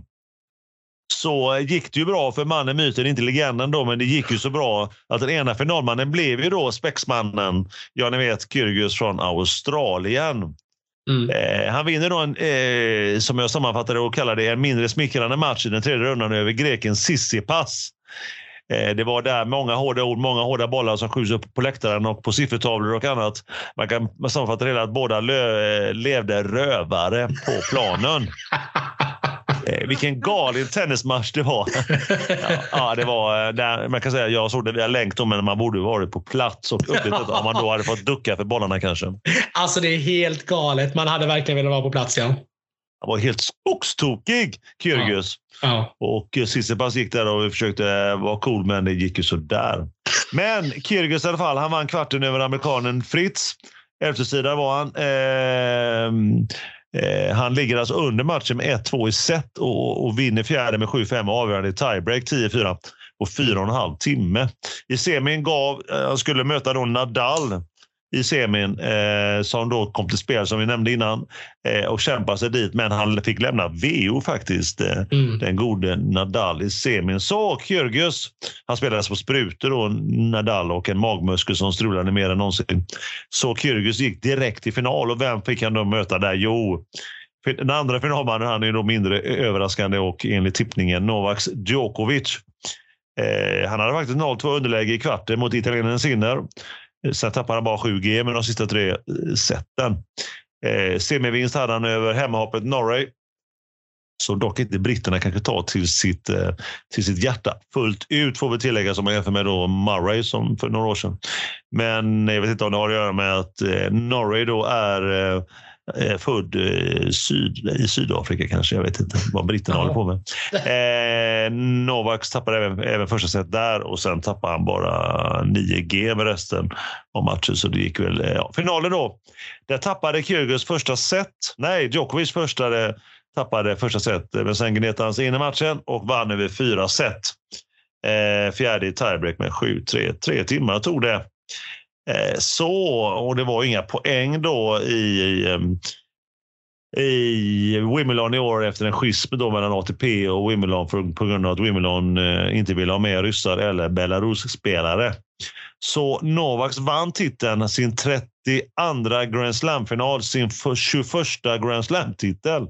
så gick det ju bra för mannen, myten, inte legenden då, men det gick ju så bra att den ena finalmannen blev ju då spexmannen, ja ni vet, Kyrgios från Australien. Mm. Eh, han vinner då en, eh, som jag sammanfattade och kallade det, en mindre smickrande match i den tredje rundan över greken Tsitsipas. Eh, det var där många hårda ord, många hårda bollar som skjuts upp på läktaren och på siffertavlor och annat. Man kan man sammanfatta det hela att båda lö, levde rövare på planen. Eh, vilken galen tennismatch det var. ja, ja, det var där, man kan säga, jag såg det via länk då, men man borde ju varit på plats och upplevt om man då hade fått ducka för bollarna kanske. Alltså det är helt galet. Man hade verkligen velat vara på plats, ja. Han var helt skogstokig, Kyrgios. Ja. Ja. Och Tsitsipas gick där och försökte vara cool, men det gick ju så där. Men Kyrgios i alla fall, han vann kvarten över amerikanen Fritz. Elfte sidan var han. Eh, Eh, han ligger alltså under matchen med ett två i set och, och vinner fjärde med sju fem och avgörande i tiebreak tio fyra på fyra och en halv timme. I semin gav, eh, han skulle möta då Nadal i semin eh, som då kom till spel som vi nämnde innan eh, och kämpade sig dit, men han fick lämna V O faktiskt, eh, mm. den gode Nadal i semin. Så Kyrgios, han spelade på sprutor då, Nadal, och en magmuskel som strulade mer än någonsin. Så Kyrgios gick direkt till final, och vem fick han då möta där? Jo, den andra finalmannen, han är då mindre överraskande och enligt tippningen Novak Djokovic. Eh, han hade faktiskt noll två underläge i kvarten mot italienaren Sinner. Sen tappade han bara sju G med de sista tre seten. Eh, semivinst hade han över hemmahoppet Norrie. Så dock inte britterna kanske tar till sitt, eh, till sitt hjärta fullt ut, får vi tillägga, som man jämför med då Murray som för några år sedan. Men jag vet inte om det har att göra med att eh, Norrie då är eh, född eh, syd, i Sydafrika kanske, jag vet inte vad britterna håller på med. Eh, Novak tappade även, även första set där, och sen tappade han bara nio G med resten av matchen, så det gick väl, ja. Finalen då, där tappade Kyrgios första set, nej Djokovic första det, tappade första set, men sen gnetade han sig in i matchen och vann över fyra set. Eh, fjärde i tiebreak med sju tre, tre timmar tog det. Så, och det var inga poäng då i, i Wimbledon i år efter en schism då mellan A T P och Wimbledon för, på grund av att Wimbledon inte ville ha med ryssar eller Belarus-spelare. Så Novak vann titeln, sin trettioandra Grand Slam-final, sin tjugoförsta Grand Slam-titel.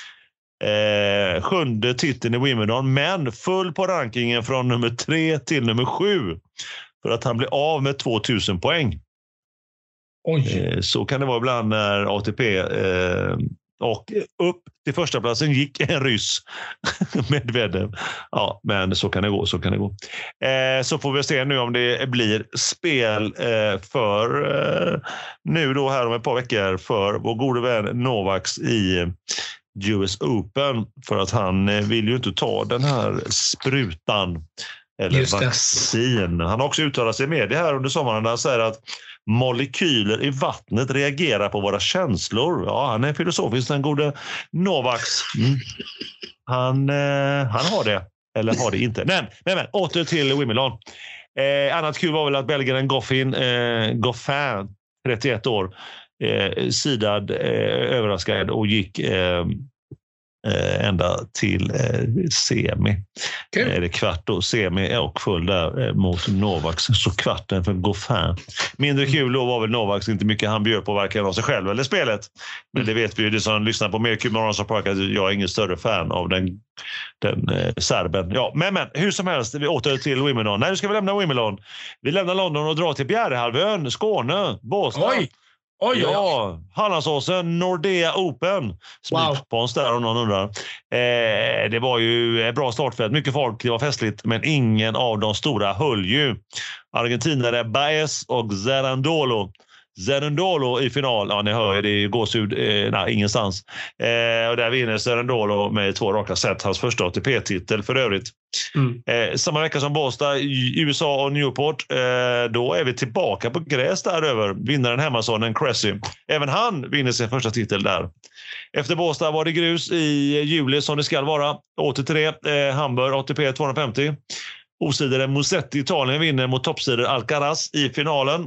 Eh, sjunde titeln i Wimbledon, men full på rankingen från nummer tre till nummer sju. För att han blev av med tvåtusen poäng. Oj. Eh, så kan det vara ibland när A T P eh, och upp till första platsen gick en ryss Medvedev. Ja, men så kan det gå, så kan det gå. Eh, så får vi se nu om det blir spel eh, för eh, nu då här om ett par veckor för vår gode vän Novaks i U S Open, för att han eh, vill ju inte ta den här sprutan eller vaccin. Han har också uttalat sig med det här under sommaren där han säger att molekyler i vattnet reagerar på våra känslor. Ja, han är filosofisk, den gode Novaks. Mm. Han, eh, han har det. Eller har det inte. Men, men, men åter till Wimbledon. Eh, annat kul var väl att belgaren Goffin, eh, Goffin, trettioett år, eh, sidad, eh, överraskad och gick eh, Eh, ända till eh, semi. Cool. Är det kvart då, semi och full där eh, mot Novaks, så kvarten för Goffin. Mindre kul då var väl Novaks inte mycket han bjöd på varken av sig själv eller spelet. Men det vet vi ju, det som lyssnar på mer kul Morgonsson Park, att jag är ingen större fan av den, den eh, serben. Ja, men, men hur som helst, vi åter till Wimbledon. Nej, nu ska vi lämna Wimbledon. Vi lämnar London och drar till Bjärehalvön, Skåne, Båstad. Oj! Oj, ja, Hallandsåsen, Nordea Open. Smygspons där om någon undrar. Eh, det var ju ett bra startfält. Mycket folk, det var festligt. Men ingen av de stora höll ju. Argentinare Baez och Zerandolo. Zerandolo i final. Ja, ni hör ju, det är gåshud. Eh, nej, ingenstans. Eh, och där vinner Zerandolo med två raka set. Hans första A T P-titel för övrigt. Mm. Eh, samma vecka som Båstad i U S A och Newport, eh, då är vi tillbaka på gräs där över. Vinnaren hemmasonen Cressy. Även han vinner sin första titel där. Efter Båstad var det grus i juli som det ska vara. Åter till det. Eh, Hamburg A T P tvåhundrafemtio. Osidare Musetti Italien vinner mot toppsidor Alcaraz i finalen.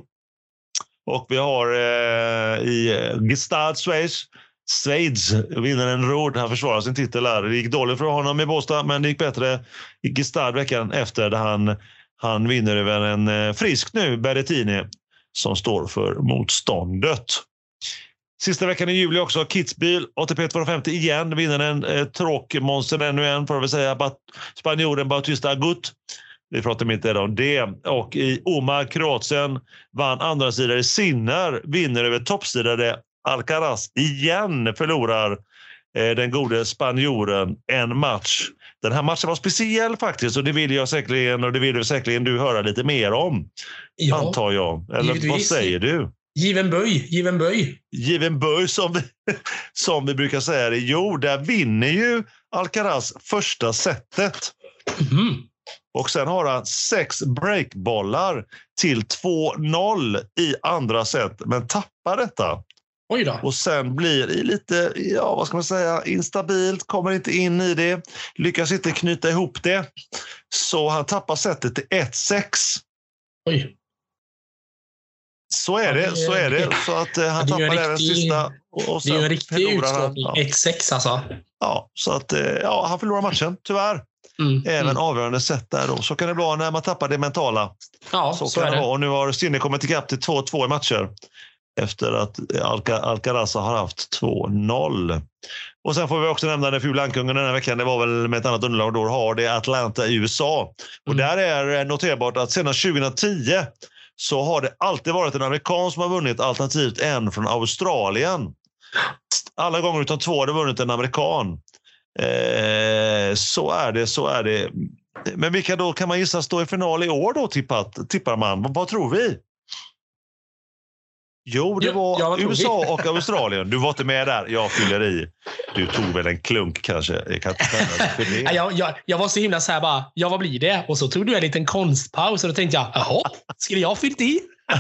Och vi har eh, i Gstaad Schweiz Schweiz vinner en Road. Han försvarar sin titel där. Det gick dåligt för honom i Båstad, men det gick bättre i Gstaad veckan efter, där han, han vinner över en frisk nu Berrettini som står för motståndet. Sista veckan i juli också, Kitzbühel, A T P tvåhundrafemtio igen, vinner en eh, tråkmonster ännu en, får vi säga, Bat- spanjoren Bautista Agut. Vi pratar inte om det. Och i Omar, Kroatien, vann andra sidan i Sinner, vinner över toppsidade Alcaraz igen, förlorar eh, den gode spanjoren en match. Den här matchen var speciell faktiskt, och det vill jag säkerligen, och det vill du säkerligen du höra lite mer om, ja, antar jag. Eller givetvis. Vad säger du? Given böj, given böj. Given böj som vi, som vi brukar säga det. Jo, där vinner ju Alcaraz första setet. Mm. Och sen har han sex breakbollar till två noll i andra set, men tappar detta. Oj då. Och sen blir i lite, ja vad ska man säga, instabilt, kommer inte in i det, lyckas inte knyta ihop det. Så han tappar setet till ett sex. Oj. Så är det, så är det. Så att eh, han tappar även sista. Och sen det är ju en riktig utslagning, ja. ett sex alltså. Ja, så att eh, ja, han förlorar matchen, tyvärr. Mm, även mm. avgörande sätt där då. Så kan det vara när man tappar det mentala. Ja, så, så kan är det. det vara. Och nu har Sinne kommit ikapp till två två i matcher. Efter att Alca- Alcaraz har haft två noll. Och sen får vi också nämna den fula ankungen den här veckan. Det var väl med ett annat underlag då. Har det Atlanta i U S A. Och mm. där är noterbart att sedan tjugohundratio så har det alltid varit en amerikan som har vunnit, alternativt en från Australien. Alla gånger utan två har det vunnit en amerikan. Eh, så är det, så är det. Men vilka då kan man gissa stå i final i år då, tippat, tippar man? Vad, vad tror vi? Jo, det var ja, U S A och Australien. Du var inte med där. Jag fyller i. Du tog väl en klunk kanske. Jag, kan inte för det. jag, jag, jag var så himla så här bara, ja vad blir det? Och så tog du en liten konstpaus och då tänkte jag, jaha, skulle jag fyllt i?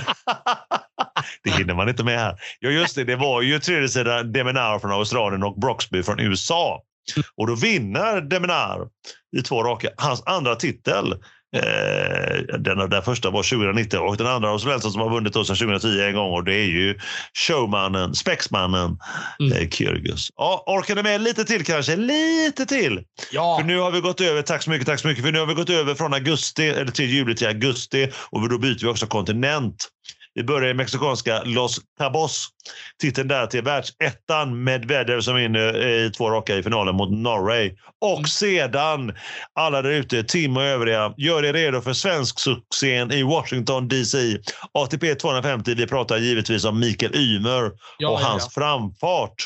Det hinner man inte med här. Ja just det, det var ju tredje sidan Deminar från Australien och Broxby från U S A. Och då vinner Deminar i två raka. Hans andra titel, eh, den där första var tjugohundranitton och den andra hos Svensson som har vunnit sedan tjugohundratio en gång, och det är ju showmannen, spexmannen mm. eh, Kyrgios. Ja, orkar ni med lite till kanske? Lite till! Ja. För nu har vi gått över, tack så mycket, tack så mycket, för nu har vi gått över från augusti, eller till juli till augusti, och då byter vi också kontinent. Vi börjar i mexikanska Los Cabos. Titeln där till världsettan Medvedev som vinner i två raka i finalen mot Norway. Och mm. sedan alla där ute, Tim och övriga, gör er redo för svensk succén i Washington D C. A T P tvåhundrafemtio, vi pratar givetvis om Mikael Ymer ja, och hans ja. framfart.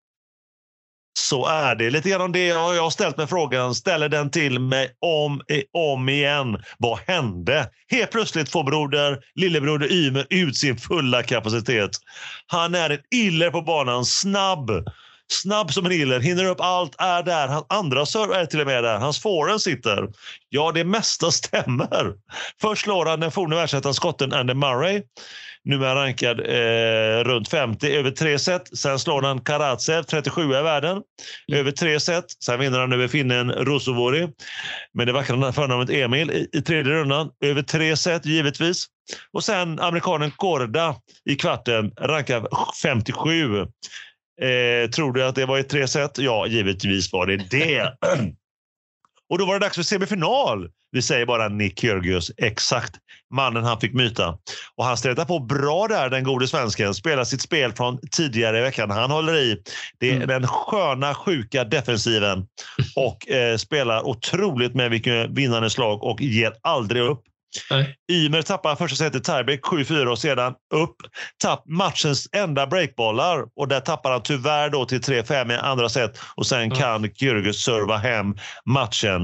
Så är det lite grann om det. Jag har ställt mig frågan, ställer den till mig om, om igen. Vad hände? Helt plötsligt får broder, lillebroder Ymer ut sin fulla kapacitet. Han är en iller på banan, snabb. Snabb som en iller, hinner upp allt, är där. Hans andra serve är till och med där. Hans forehand sitter. Ja, det mesta stämmer. Först slår han den forne världsettan skotten Andy Murray. Nu är rankad eh, runt femtio över tre set. Sen slår han Karatsev, trettiosju i världen. Mm. Över tre set. Sen vinner han över finnen Rusovori. Men det vackra förnamnet Emil i, i tredje rundan. Över tre set givetvis. Och sen amerikanen Korda i kvarten, rankad femtiosju. Eh, tror du att det var i tre set? Ja, givetvis var det det. Och då var det dags för semifinal. Vi säger bara Nick Kyrgios, exakt mannen han fick myta. Och han strätar på bra där, den gode svensken. Spelar sitt spel från tidigare i veckan. Han håller i. Det är mm. den sköna, sjuka defensiven. Och eh, spelar otroligt med vilken vinnande slag och ger aldrig upp. Nej. Ymer tappar första setet tiebreak sju fyra och sedan upp. Tapp matchens enda breakbollar. Och där tappar han tyvärr då till tre fem i andra set. Och sen mm. kan Kyrgios serva hem matchen.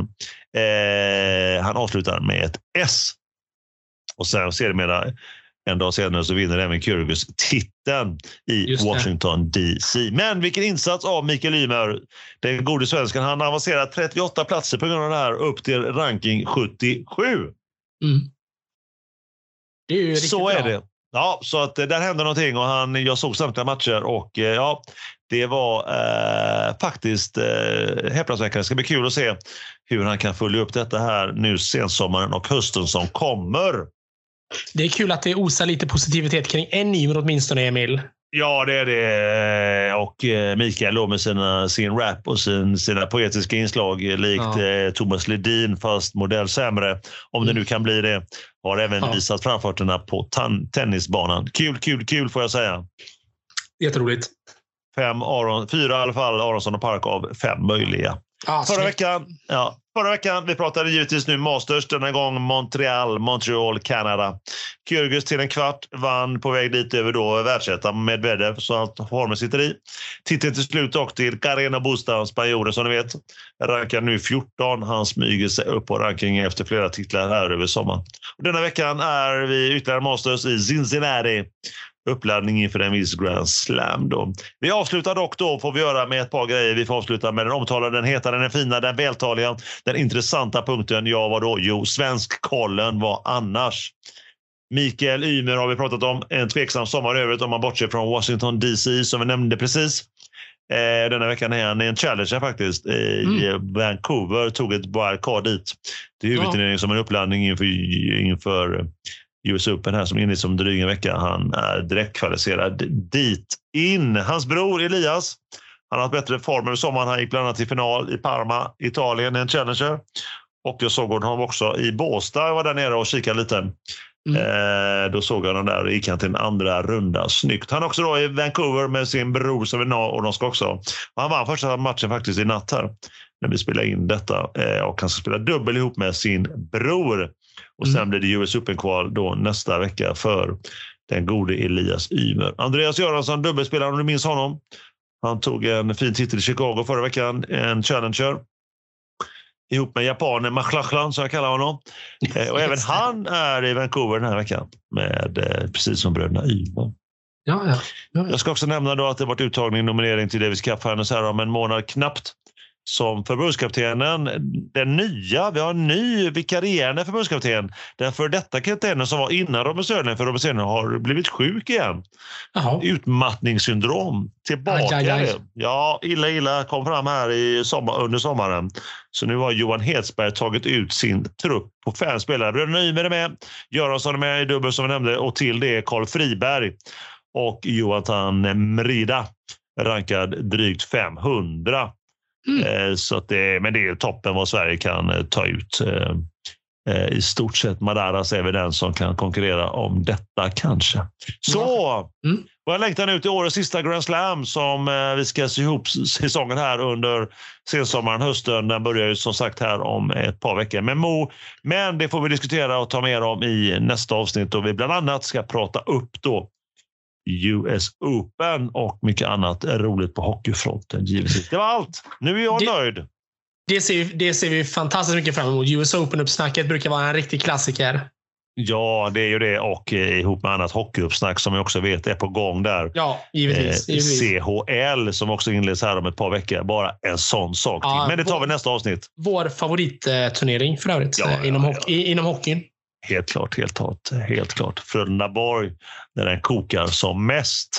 Eh, han avslutar med ett S. Och sen ser det med en dag senare så vinner även Kyrgios titeln i Washington D C. Men vilken insats av Mikael Ymer, den gode svensken. Han avancerar trettioåtta platser på grund av det här upp till ranking sjuttiosju. Mm. Det är ju riktigt så bra. Är det. Ja, så att där hände någonting och han, jag såg samtliga matcher och ja, det var eh, faktiskt eh, häpnadsväckande. Det ska bli kul att se hur han kan följa upp detta här nu sensommaren och hösten som kommer. Det är kul att det osar lite positivitet kring en Ymer åtminstone, Emil. Ja, det är det. Och Mikael då med sina, sin rap och sin, sina poetiska inslag likt ja. Thomas Ledin fast modell sämre, om mm. det nu kan bli det, har även ja. visat framfarterna på tan- tennisbanan. Kul, kul, kul får jag säga. Jätteroligt. Fem Aron, fyra i alla fall Aronsson och Park av fem möjliga. Ah, Förra veckan, ja, förra veckan, vi pratade givetvis nu Masters, denna gång Montreal, Montreal, Kanada. Kyrgios till en kvart, vann på väg dit över då världsettan med Medvedev, så att formen sitter i. Titeln till slut och till Carreño Busta, spanjoren som ni vet. Rankar nu fjorton, han smyger sig upp på rankingen efter flera titlar här över sommaren. Och denna veckan är vi ytterligare Masters i Cincinnati. Uppladdning inför en viss Grand Slam då. Vi avslutar dock då, får vi göra med ett par grejer. Vi får avsluta med den omtalade, den heta, den fina, den vältaliga, den intressanta punkten. Ja, vad då? Jo, svensk kollen var annars. Mikael Ymer har vi pratat om. En tveksam sommar övrigt om man bortser från Washington D C som vi nämnde precis. Eh, denna veckan är han en challenger faktiskt. I mm. Vancouver tog ett wildcard dit. Det är huvudturnering ja. som en uppladdning inför, inför U S Open här som inne som dryg en vecka. Han är direkt kvalificerad dit in. Hans bror Elias, han har haft bättre form över sommaren. Han gick bland annat till final i Parma, Italien, en challenger. Och jag såg honom också i Båstad. Jag var där nere och kikade lite. Mm. Eh, då såg jag honom där och gick han till en andra runda. Snyggt. Han också då i Vancouver med sin bror som vi nå och de ska också. Han vann första matchen faktiskt i natt här när vi spelade in detta. Eh, och han ska spela dubbel ihop med sin bror. Och sen mm. blir det U S Open-kval då nästa vecka för den gode Elias Ymer. Andreas Göransson, dubbelspelare om du minns honom. Han tog en fin titel i Chicago förra veckan, en challenger. Ihop med japanen Machlachlan, så jag kallar honom. Eh, och även han är i Vancouver den här veckan. Med, eh, precis som bröderna Ymer. Ja, ja. Ja, ja. Jag ska också nämna då att det varit uttagning nominering till Davis Cup här, här om en månad knappt. Som förbundskaptenen, den nya, vi har en ny vikarierande förbundskapten. Den för detta kaptenen som var innan Robin Söderling, för Robin Söderling har blivit sjuk igen. Jaha. Utmattningssyndrom. Tillbaka. Aj, aj, aj. Ja, illa illa kom fram här i sommar, under sommaren. Så nu har Johan Hedsberg tagit ut sin trupp på fem spelare. Bröderna Ymer är med, Göransson är med i dubbel som vi nämnde och till det Carl Friberg och Johan Mrida rankad drygt femhundra. Mm. Så att det, men det är toppen vad Sverige kan ta ut. I stort sett Madaras är väl den som kan konkurrera om detta kanske. Så, mm. och jag längtar nu till årets sista Grand Slam som vi ska se ihop säsongen här under sensommaren, hösten. Den börjar ju som sagt här om ett par veckor med Mo. Men det får vi diskutera och ta mer om i nästa avsnitt och vi bland annat ska prata upp då U S Open och mycket annat roligt på hockeyfronten givetvis. Det var allt. Nu är jag det, nöjd. Det ser, det ser vi fantastiskt mycket fram emot. U S Open-uppsnacket brukar vara en riktig klassiker. Ja, det är ju det. Och eh, ihop med annat hockeyuppsnack som jag också vet är på gång där. Ja, givetvis. Eh, givetvis. C H L som också inleds här om ett par veckor. Bara en sån sak till. Ja, men det tar vår, vi nästa avsnitt. Vår favoritturnering för övrigt ja, inom, ja, ja. inom hockeyn. Helt klart, helt klart. Helt klart. Frölundaborg, där den kokar som mest.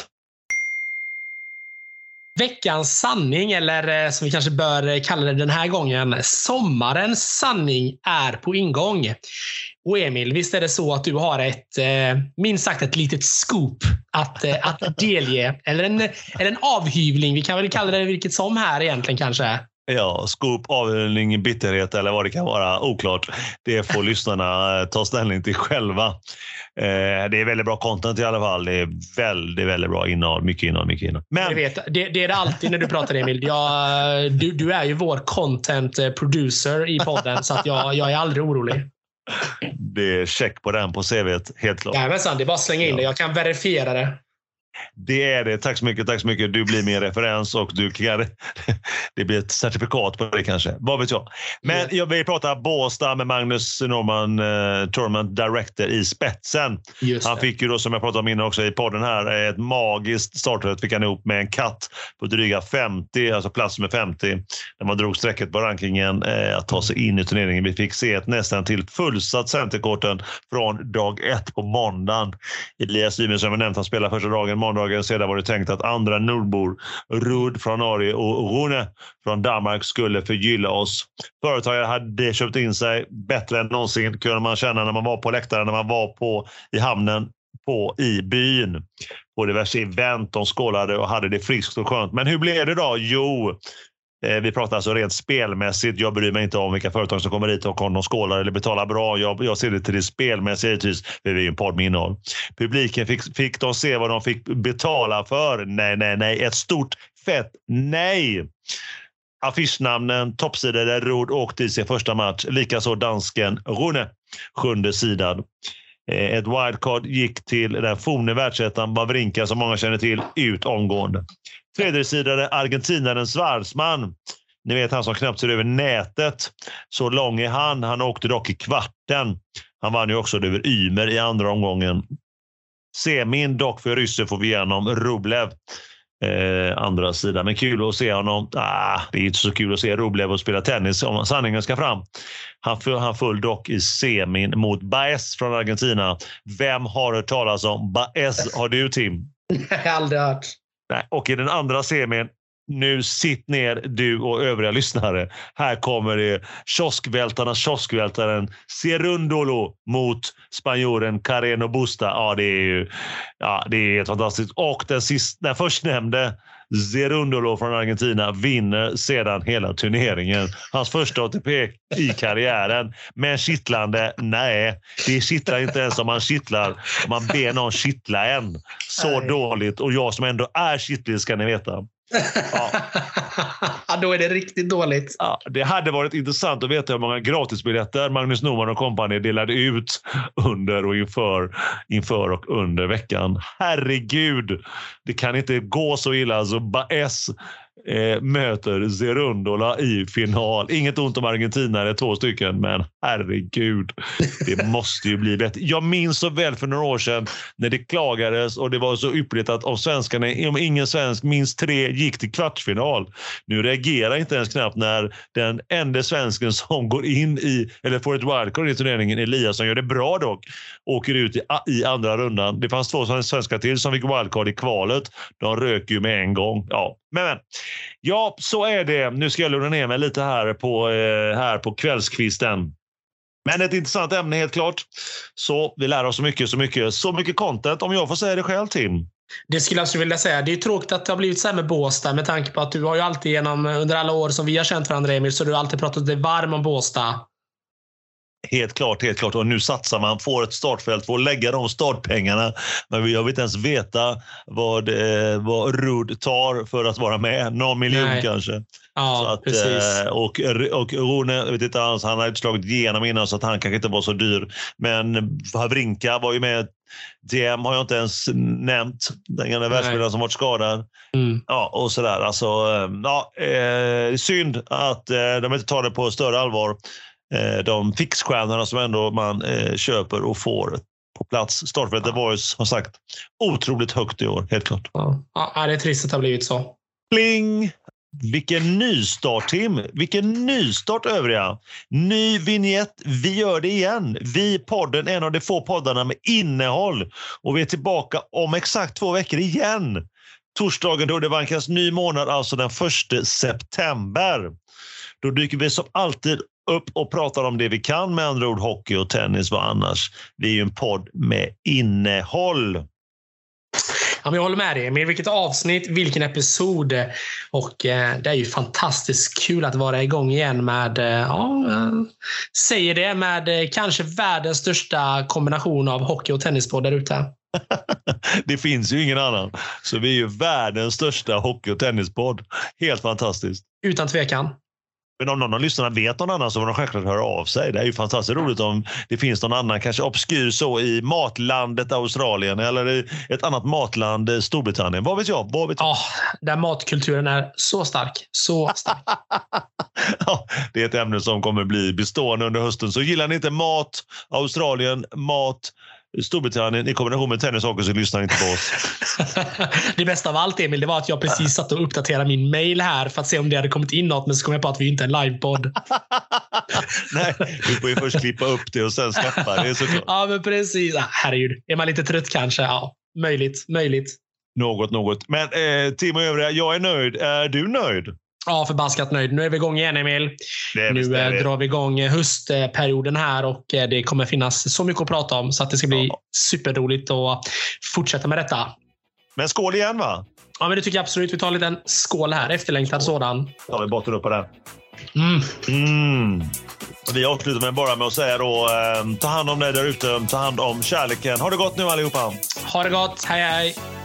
Veckans sanning, eller som vi kanske bör kalla det den här gången, sommarens sanning är på ingång. Och Emil, visst är det så att du har ett, eh, minst sagt ett litet scoop att, eh, att delge, eller en, eller en avhyvling, vi kan väl kalla det vilket som här egentligen kanske. Ja, scoop, avhyvling, bitterhet eller vad det kan vara, oklart. Det får lyssnarna ta ställning till själva. Eh, det är väldigt bra content i alla fall. Det är väldigt, väldigt bra innehåll. Mycket innehåll, mycket innehåll. Men... Jag vet, det, det är det alltid när du pratar, Emil. Jag, du, du är ju vår content producer i podden, så att jag, jag är aldrig orolig. Det är check på den på C V:t, helt klart. Ja, men sant, det är bara att slänga in ja. det. Jag kan verifiera det. Det är det. Tack så mycket, tack så mycket. Du blir min referens och du kan, det blir ett certifikat på det kanske. Vad vet jag. Men yeah. jag vill prata Båstad med Magnus Norman, eh, Tournament Director i spetsen. Just han det. Fick ju då, som jag pratade om innan också i podden här, ett magiskt starträtt fick han ihop med en katt på dryga femtio, alltså plats med femtio. När man drog strecket på rankingen eh, att ta sig in i turneringen. Vi fick se ett nästan till fullsatt centerkorten från dag ett på måndagen. Elias Ymer som jag nämnt, han spelar första dagen. Måndagen sedan var det tänkt att andra nordbor, Rud från Norge och Rune från Danmark, skulle förgylla oss. Företagare hade köpt in sig bättre än någonsin, kunde man känna när man var på läktaren, när man var på i hamnen, på i byn, på diverse event. De skålade och hade det friskt och skönt. Men hur blev det då? Jo, Vi pratar alltså rent spelmässigt. Jag bryr mig inte om vilka företag som kommer hit och har någon skålar eller betalar bra. Jag, jag ser det till det spelmässiga givetvis. Det är ju en podd med innehåll. Publiken fick, fick de se vad de fick betala för? Nej, nej, nej. Ett stort fett nej. Affischnamnen, toppsidor där Rod åkte i sin första match. Likaså dansken Rune, sjunde sidan. Ett wildcard gick till den forne världsettan Wawrinka som många känner till ut omgående. Tredje sidare argentinaren Schwarzman. Ni vet han som knappt ser över nätet. Så lång är han. Han åkte dock i kvarten. Han vann ju också över Ymer i andra omgången. Semin dock för ryssen får vi igenom Rublev. Eh, andra sidan. Men kul att se honom. Ah, det är inte så kul att se Rublev och spela tennis om sanningen ska fram. Han, han föll dock i semin mot Baez från Argentina. Vem har hört talas om Baez? Har du, Tim? Jag har aldrig hört. Nej, och i den andra semin, nu sitt ner du och övriga lyssnare. Här kommer det kioskvältarnas kioskvältaren Cerundolo mot spanjoren Carreno Busta. Ja, det är ju ja, det är helt fantastiskt. Och den, sist, den förstnämnde Cerundolo från Argentina vinner sedan hela turneringen. Hans första A T P i karriären. Men kittlande, nej. Det kittlar inte ens om man kittlar. Man ber någon kittla en. Så nej. Dåligt. Och jag som ändå är kittlig ska ni veta. Ja. Ja, då är det riktigt dåligt. Ja, det hade varit intressant att veta hur många gratisbiljetter Magnus Norman och kompani delade ut under och inför, inför och under veckan. Herregud, det kan inte gå så illa. Alltså Baez eh, möter Cerundola i final. Inget ont om Argentina, det är två stycken, men herregud, det måste ju bli bättre. Jag minns så väl för några år sedan när det klagades och det var så ypperligt att om svenskarna, om ingen svensk, minst tre gick till kvartsfinal. Nu reagerar inte ens knappt när den enda svensken som går in i, eller får ett wildcard i turneringen, Elias, som gör det bra dock, åker ut i, i andra rundan. Det fanns två svenskar till som fick wildcard i kvalet. De rök ju med en gång. Ja, men, men. Ja, så är det. Nu ska jag lugna ner mig lite här på, eh, här på kvällskvisten. Men ett intressant ämne helt klart. Så vi lär oss så mycket, så mycket, så mycket content, om jag får säga det själv, Tim. Det skulle jag vilja säga. Det är tråkigt att det har blivit så här med Båstad med tanke på att du har ju alltid genom, under alla år som vi har känt varandra, Emil, så du har alltid pratat dig varm om Båstad. Helt klart, helt klart. Och nu satsar man, får ett startfält, får lägga de startpengarna. Men jag vill inte ens veta vad, eh, vad Rud tar för att vara med. Någon miljon Nej. kanske. Ja, så att, precis. Eh, och, och Rune, jag vet inte alls, han har inte slagit igenom innan så att han kanske inte var så dyr. Men Wawrinka var ju med. D M har jag inte ens nämnt. Den gamla världsspelaren som varit skadad. Mm. Ja, och sådär. Alltså, ja, eh, synd att eh, de inte tar det på större allvar. De fixstjärnorna som ändå man eh, köper och får på plats. Startfältet var ju som sagt otroligt högt i år, helt klart. Ja, ja, det är trist att det har blivit så. Pling! Vilken nystart, Tim. Vilken nystart, övriga. Ny vignett. Vi gör det igen. Vi podden, en av de få poddarna med innehåll. Och vi är tillbaka om exakt två veckor igen. Torsdagen då det vankas ny månad, alltså den första september. Då dyker vi som alltid upp och pratar om det vi kan, med andra ord hockey och tennis, vad annars. Vi är ju en podd med innehåll. Ja, men jag håller med dig. Men vilket avsnitt, vilken episod. Och eh, det är ju fantastiskt kul att vara igång igen med, eh, ja, eh, säger det, med eh, kanske världens största kombination av hockey och tennispodd där ute. Det finns ju ingen annan. Så vi är ju världens största hockey- och tennispodd. Helt fantastiskt. Utan tvekan. Men om någon av lyssnarna vet någon annan så får de självklart höra av sig. Det är ju fantastiskt roligt om det finns någon annan, kanske obskyr så i matlandet Australien eller i ett annat matland Storbritannien. Vad vet jag? Vad vet jag? Ja, där matkulturen är så stark. Så stark. Ja, det är ett ämne som kommer bli bestående under hösten. Så gillar ni inte mat, Australien, mat, Storbritannien i kombination med tennis och så lyssnar inte på oss. Det bästa av allt, Emil, det var att jag precis satt och uppdaterade min mail här för att se om det hade kommit in något, men så kom jag på att vi inte är en livepodd. Nej, du får ju först klippa upp det och sen släppa det. Såklart. Ja, men precis. Ah, herregud. Är man lite trött kanske? Ja, möjligt, möjligt. Något, något. Men eh, Tim och övriga, jag är nöjd. Är du nöjd? Ja, förbaskat nöjd. Nu är vi igång igen, Emil. Nu äh, drar vi igång höstperioden här och äh, det kommer finnas så mycket att prata om så att det ska bli ja. superroligt att fortsätta med detta. Men skål igen, va? Ja, men det tycker jag absolut. Vi tar en liten skål här. Efterlängtad sådan. Ja, vi botten upp på den. Mm. Mm. Vi avslutar med bara med att säga då, eh, ta hand om dig där ute, ta hand om kärleken. Ha det gott nu allihopa. Ha det gott. Hej hej.